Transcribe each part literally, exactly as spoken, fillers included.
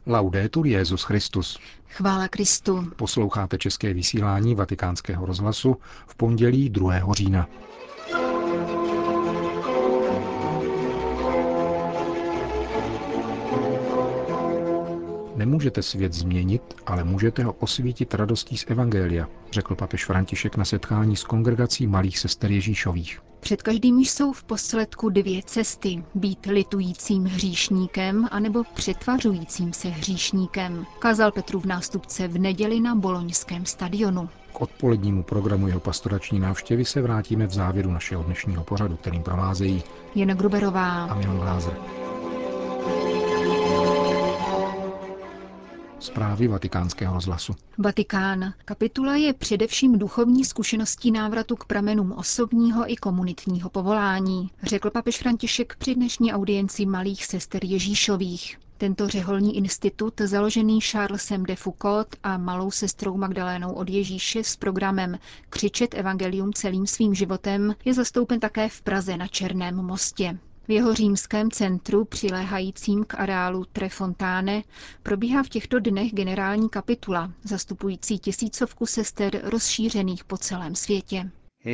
Laudetur Jesus Christus. Chvála Kristu. Posloucháte české vysílání Vatikánského rozhlasu v pondělí druhého října. Nemůžete svět změnit, ale můžete ho osvítit radostí z evangelia, řekl papež František na setkání s kongregací malých sester Ježíšových. Před každým jsou v posledku dvě cesty. Být litujícím hříšníkem anebo přetvařujícím se hříšníkem, kázal Petrův nástupce v neděli na boloňském stadionu. K odpolednímu programu jeho pastorační návštěvy se vrátíme v závěru našeho dnešního pořadu, kterým provázejí Jana Gruberová a Milan Glázer. Zprávy Vatikánského rozhlasu. Vatikán. Kapitula je především duchovní zkušeností návratu k pramenům osobního i komunitního povolání, řekl papež František při dnešní audienci malých sester Ježíšových. Tento řeholní institut, založený Charlesem de Foucault a malou sestrou Magdalénou od Ježíše s programem Křičet evangelium celým svým životem, je zastoupen také v Praze na Černém mostě. V jeho římském centru, přiléhajícím k areálu Tre Fontane, probíhá v těchto dnech generální kapitula, zastupující tisícovku sester rozšířených po celém světě.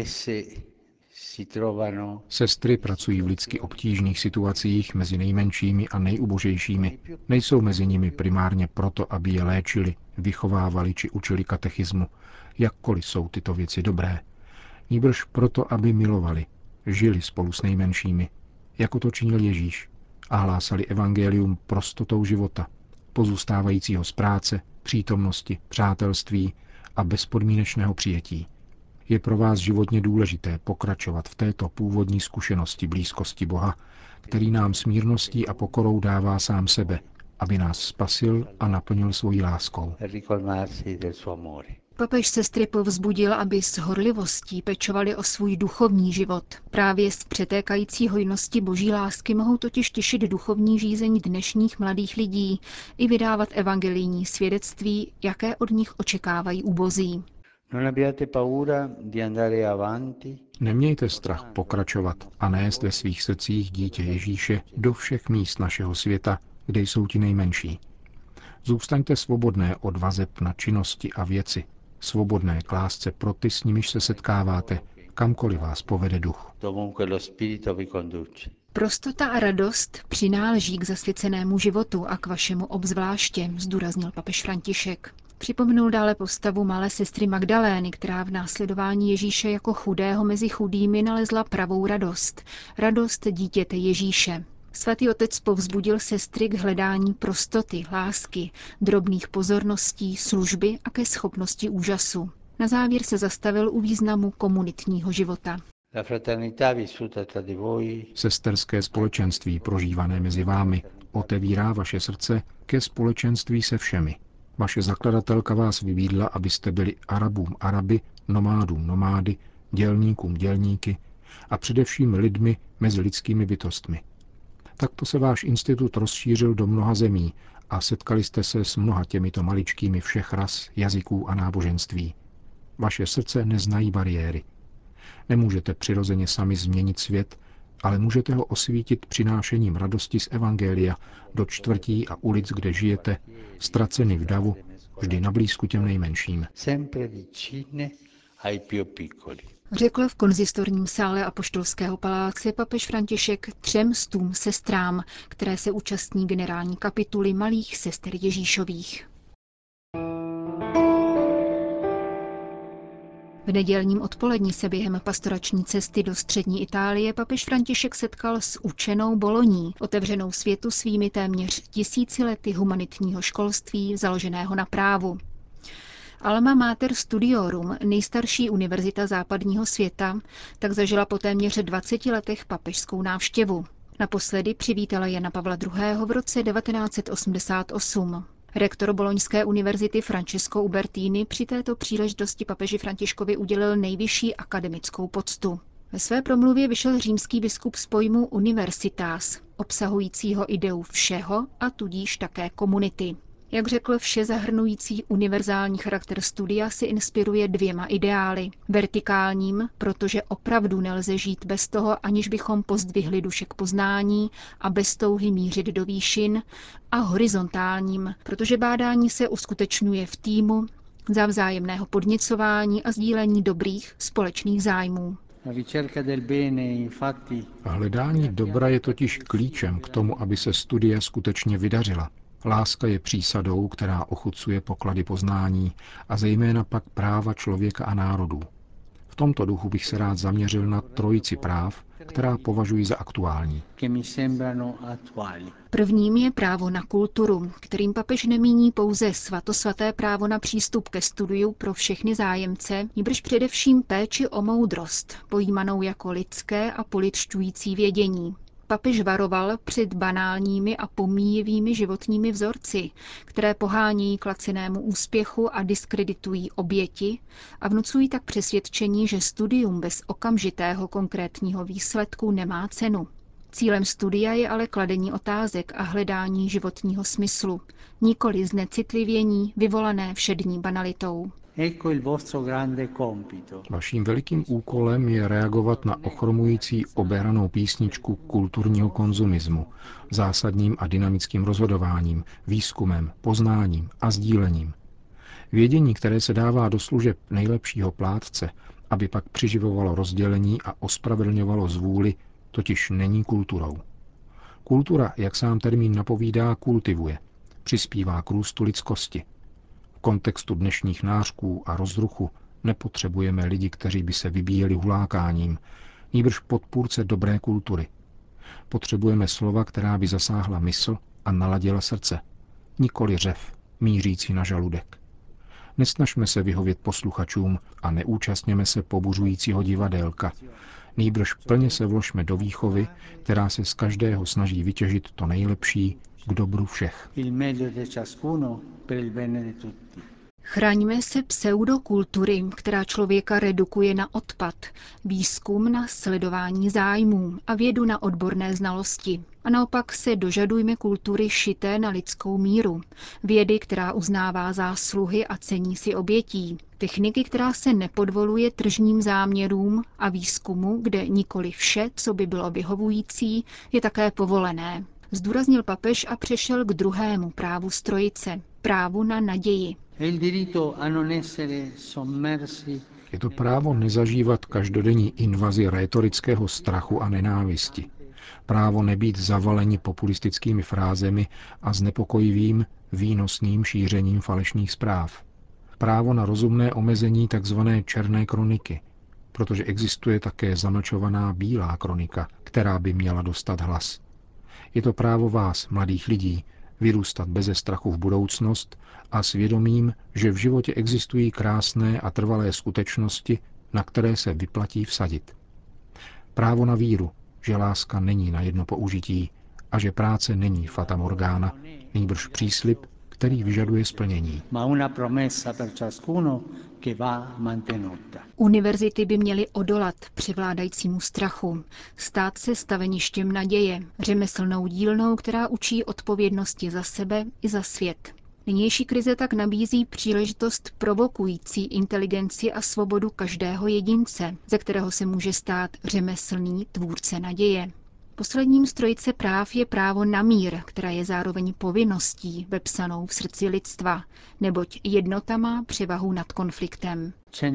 Sestry pracují v lidsky obtížných situacích mezi nejmenšími a nejubožejšími. Nejsou mezi nimi primárně proto, aby je léčili, vychovávali či učili katechismu, jakkoliv jsou tyto věci dobré. Nýbrž proto, aby milovali, žili spolu s nejmenšími, jako to činil Ježíš, a hlásali evangelium prostotou života, pozůstávajícího z práce, přítomnosti, přátelství a bezpodmínečného přijetí. Je pro vás životně důležité pokračovat v této původní zkušenosti blízkosti Boha, který nám smírností a pokorou dává sám sebe, aby nás spasil a naplnil svojí láskou. Papež sestry povzbudil, aby s horlivostí pečovali o svůj duchovní život. Právě z přetékající hojnosti boží lásky mohou totiž těšit duchovní žízeň dnešních mladých lidí i vydávat evangelijní svědectví, jaké od nich očekávají ubozí. Nemějte strach pokračovat a nést ve svých srdcích dítě Ježíše do všech míst našeho světa, kde jsou ti nejmenší. Zůstaňte svobodné od vazeb na činnosti a věci, svobodné k lásce pro ty, s nimiž se setkáváte, kamkoliv vás povede duch. Prostota a radost přináleží k zasvěcenému životu a k vašemu obzvláště, zdůraznil papež František. Připomenul dále postavu malé sestry Magdalény, která v následování Ježíše jako chudého mezi chudými nalezla pravou radost. Radost dítěte Ježíše. Svatý otec povzbudil sestry k hledání prostoty, lásky, drobných pozorností, služby a ke schopnosti úžasu. Na závěr se zastavil u významu komunitního života. Sesterské společenství prožívané mezi vámi otevírá vaše srdce ke společenství se všemi. Vaše zakladatelka vás vybídla, abyste byli Arabům Araby, nomádům nomády, dělníkům dělníky a především lidmi mezi lidskými bytostmi. Takto se váš institut rozšířil do mnoha zemí a setkali jste se s mnoha těmito maličkými všech ras, jazyků a náboženství. Vaše srdce neznají bariéry. Nemůžete přirozeně sami změnit svět, ale můžete ho osvítit přinášením radosti z evangelia do čtvrtí a ulic, kde žijete, ztraceni v davu, vždy na blízku těm nejmenším. Řekl v konzistorním sále Apoštolského paláce papež František třem stům sestrám, které se účastní generální kapituly malých sester Ježíšových. V nedělním odpolední se během pastorační cesty do střední Itálie papež František setkal s učenou Boloní, otevřenou světu svými téměř tisíci lety humanitního školství založeného na právu. Alma Mater Studiorum, nejstarší univerzita západního světa, tak zažila po téměř dvaceti letech papežskou návštěvu. Naposledy přivítala Jana Pavla druhého. v roce devatenáct set osmdesát osm. Rektor Boloňské univerzity Francesco Ubertini při této příležitosti papeži Františkovi udělil nejvyšší akademickou poctu. Ve své promluvě vyšel římský biskup z pojmu universitas, obsahujícího ideu všeho a tudíž také komunity. Jak řekl, vše zahrnující univerzální charakter studia si inspiruje dvěma ideály. Vertikálním, protože opravdu nelze žít bez toho, aniž bychom pozdvihli duše k poznání a bez touhy mířit do výšin, a horizontálním, protože bádání se uskutečňuje v týmu, za vzájemného podněcování a sdílení dobrých společných zájmů. Hledání dobra je totiž klíčem k tomu, aby se studie skutečně vydařila. Láska je přísadou, která ochucuje poklady poznání a zejména pak práva člověka a národů. V tomto duchu bych se rád zaměřil na trojici práv, která považuji za aktuální. Prvním je právo na kulturu, kterým papež nemíní pouze svatosvaté právo na přístup ke studiu pro všechny zájemce, nýbrž především péči o moudrost, pojímanou jako lidské a polidšťující vědění. Papež varoval před banálními a pomíjivými životními vzorci, které pohánějí k lacinému úspěchu a diskreditují oběti a vnucují tak přesvědčení, že studium bez okamžitého konkrétního výsledku nemá cenu. Cílem studia je ale kladení otázek a hledání životního smyslu, nikoli znecitlivění vyvolané všední banalitou. Vaším velikým úkolem je reagovat na ochromující obehranou písničku kulturního konzumismu, zásadním a dynamickým rozhodováním, výzkumem, poznáním a sdílením. Vědění, které se dává do služeb nejlepšího plátce, aby pak přiživovalo rozdělení a ospravedlňovalo zvůli, totiž není kulturou. Kultura, jak sám termín napovídá, kultivuje, přispívá k růstu lidskosti. V kontextu dnešních nářků a rozruchu nepotřebujeme lidi, kteří by se vybíjeli hulákáním, nýbrž podpůrce dobré kultury. Potřebujeme slova, která by zasáhla mysl a naladila srdce, nikoli řev, mířící na žaludek. Nesnažme se vyhovět posluchačům a neúčastněme se pobuřujícího divadélka, nýbrž plně se vložme do výchovy, která se z každého snaží vytěžit to nejlepší k dobru všech. Chraňme se pseudokultury, která člověka redukuje na odpad, výzkum na sledování zájmů a vědu na odborné znalosti. A naopak se dožadujme kultury šité na lidskou míru, vědy, která uznává zásluhy a cení si obětí, techniky, která se nepodvoluje tržním záměrům a výzkumu, kde nikoli vše, co by bylo vyhovující, je také povolené. Zdůraznil papež a přešel k druhému právu z trojice, právu na naději. Je to právo nezažívat každodenní invazi rétorického strachu a nenávisti. Právo nebýt zavaleni populistickými frázemi a znepokojivým, výnosným šířením falešných zpráv. Právo na rozumné omezení tzv. Černé kroniky, protože existuje také zamlčovaná bílá kronika, která by měla dostat hlas. Je to právo vás, mladých lidí, vyrůstat beze strachu v budoucnost a svědomím, že v životě existují krásné a trvalé skutečnosti, na které se vyplatí vsadit. Právo na víru, že láska není na jedno použití a že práce není fata morgana, nýbrž příslib, který vyžaduje splnění. Univerzity by měly odolat převládajícímu strachu, stát se staveništěm naděje, řemeslnou dílnou, která učí odpovědnosti za sebe i za svět. Nynější krize tak nabízí příležitost provokující inteligenci a svobodu každého jedince, ze kterého se může stát řemeslný tvůrce naděje. Posledním z trojice práv je právo na mír, která je zároveň povinností vepsanou v srdci lidstva, neboť jednota má převahu nad konfliktem.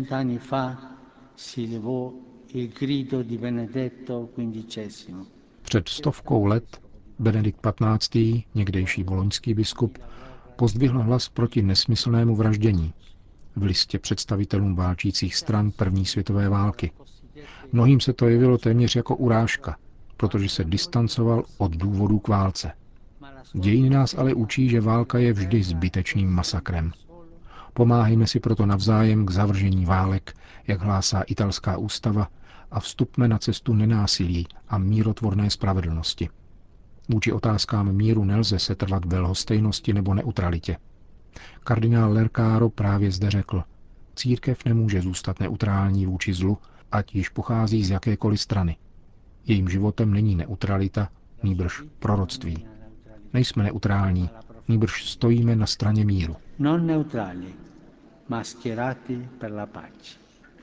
Před stovkou let Benedikt patnáctý, někdejší boloňský biskup, pozdvihl hlas proti nesmyslnému vraždění v listě představitelům válčících stran první světové války. Mnohým se to jevilo téměř jako urážka, protože se distancoval od důvodů k válce. Dějiny nás ale učí, že válka je vždy zbytečným masakrem. Pomáhejme si proto navzájem k zavržení válek, jak hlásá italská ústava, a vstupme na cestu nenásilí a mírotvorné spravedlnosti. Vůči otázkám míru nelze setrvat v lhostejnosti nebo neutralitě. Kardinál Lercaro právě zde řekl, církev nemůže zůstat neutrální vůči zlu, ať již pochází z jakékoliv strany. Jejím životem není neutralita, nýbrž proroctví. Nejsme neutrální, nýbrž stojíme na straně míru. Non neutrali, ma schierati per la pace.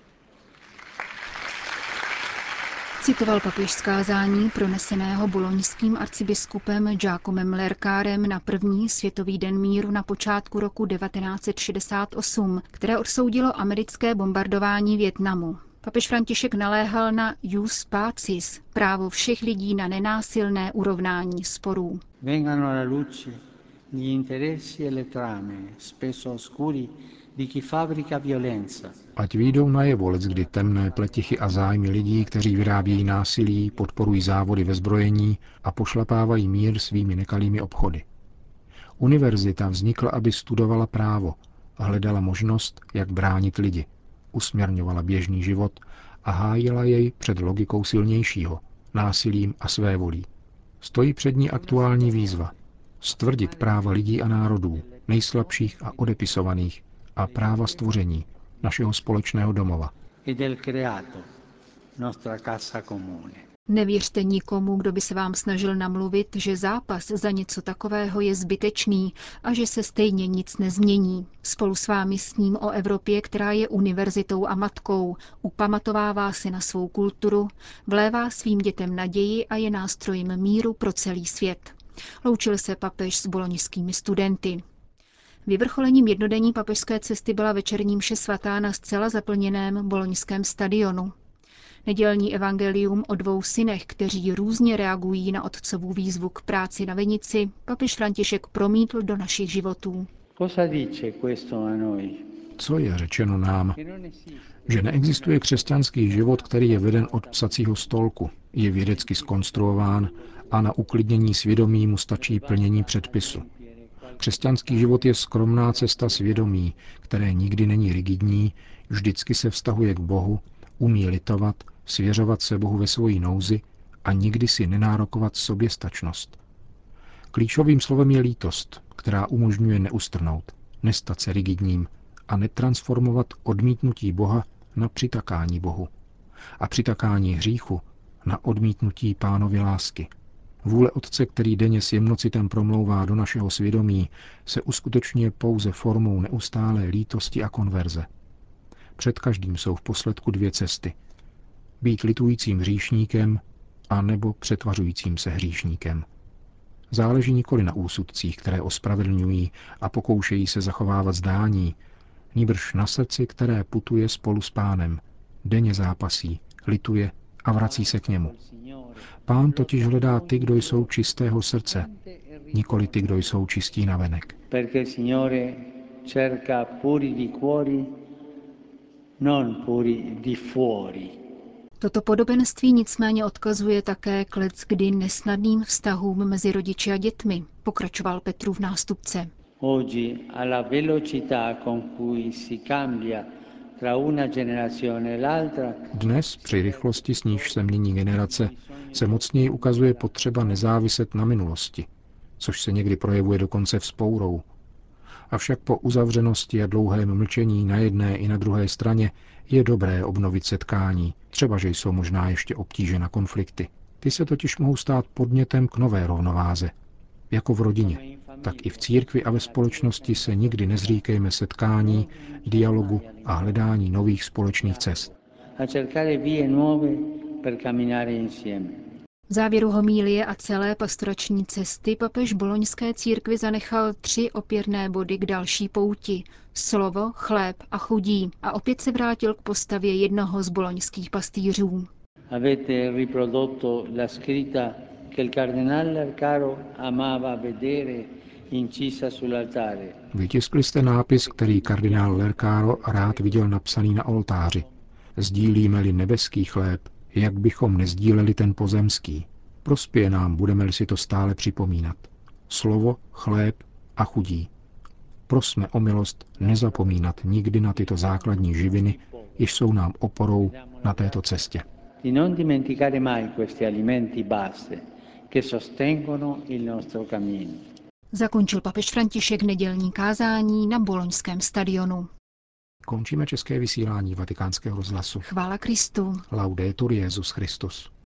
Citoval papež z kázání proneseného boloňským arcibiskupem Giacomem Lercárem na první světový den míru na počátku roku devatenáct set šedesát osm, které odsoudilo americké bombardování Vietnamu. Papež František naléhal na jus pacis, právo všech lidí na nenásilné urovnání sporů. Vengano alla luce gli interessi e le trame, spesso oscuri, di chi fabbrica violenza. Ať vyjdou najevo leckdy temné pletichy a zájmy lidí, kteří vyrábějí násilí, podporují závody ve zbrojení a pošlapávají mír svými nekalými obchody. Univerzita vznikla, aby studovala právo a hledala možnost, jak bránit lidi, usměrňovala běžný život a hájila jej před logikou silnějšího, násilím a svévolí. Stojí před ní aktuální výzva stvrdit práva lidí a národů, nejslabších a odepisovaných, a práva stvoření, našeho společného domova. Nevěřte nikomu, kdo by se vám snažil namluvit, že zápas za něco takového je zbytečný a že se stejně nic nezmění. Spolu s vámi sním o Evropě, která je univerzitou a matkou, upamatovává se na svou kulturu, vlévá svým dětem naději a je nástrojem míru pro celý svět. Loučil se papež s boloňskými studenty. Vyvrcholením jednodenní papežské cesty byla večerní mše svatá na zcela zaplněném boloňském stadionu. Nedělní evangelium o dvou synech, kteří různě reagují na otcovu výzvu k práci na vinici, papež František promítl do našich životů. Co je řečeno nám? Že neexistuje křesťanský život, který je veden od psacího stolku, je vědecky zkonstruován a na uklidnění svědomí mu stačí plnění předpisu. Křesťanský život je skromná cesta svědomí, které nikdy není rigidní, vždycky se vztahuje k Bohu, umí litovat, svěřovat se Bohu ve svojí nouzi a nikdy si nenárokovat soběstačnost. Klíčovým slovem je lítost, která umožňuje neustrnout, nestat se rigidním a netransformovat odmítnutí Boha na přitakání Bohu a přitakání hříchu na odmítnutí Pánovy lásky. Vůle Otce, který denně s jemnocitem promlouvá do našeho svědomí, se uskutečňuje pouze formou neustálé lítosti a konverze. Před každým jsou v posledku dvě cesty. Být litujícím hříšníkem a nebo přetvařujícím se hříšníkem. Záleží nikoli na úsudcích, které ospravedlňují a pokoušejí se zachovávat zdání, nýbrž na srdci, které putuje spolu s Pánem, denně zápasí, lituje a vrací se k němu. Pán totiž hledá ty, kdo jsou čistého srdce, nikoli ty, kdo jsou čistí navenek. Toto podobenství nicméně odkazuje také k leckdy nesnadným vztahům mezi rodiči a dětmi, pokračoval Petrův nástupce. Dnes, při rychlosti, s níž se mění generace, se mocněji ukazuje potřeba nezáviset na minulosti, což se někdy projevuje dokonce vzpourou. Avšak po uzavřenosti a dlouhém mlčení na jedné i na druhé straně je dobré obnovit setkání, třeba že jsou možná ještě obtížena konflikty. Ty se totiž mohou stát podnětem k nové rovnováze. Jako v rodině, tak i v církvi a ve společnosti se nikdy nezříkejme setkání, dialogu a hledání nových společných cest. V závěru homílie a celé pastorační cesty papež boloňské církvi zanechal tři opěrné body k další pouti. Slovo, chléb a chudí. A opět se vrátil k postavě jednoho z boloňských pastýřů. Avete riprodotto la scritta che il cardinale Lercaro amava vedere incisa sull'altare. Vytiskli jste nápis, který kardinál Lercaro rád viděl napsaný na oltáři. Sdílíme-li nebeský chléb, jak bychom nezdíleli ten pozemský. Prospěje nám, budeme-li si to stále připomínat. Slovo, chléb a chudí. Prosme o milost nezapomínat nikdy na tyto základní živiny, jež jsou nám oporou na této cestě. Di non dimenticare mai questi alimenti base che sostengono il nostro cammino. Zakončil papež František nedělní kázání na boloňském stadionu. Končíme české vysílání Vatikánského rozhlasu. Chvála Kristu. Laudetur Jesus Christus.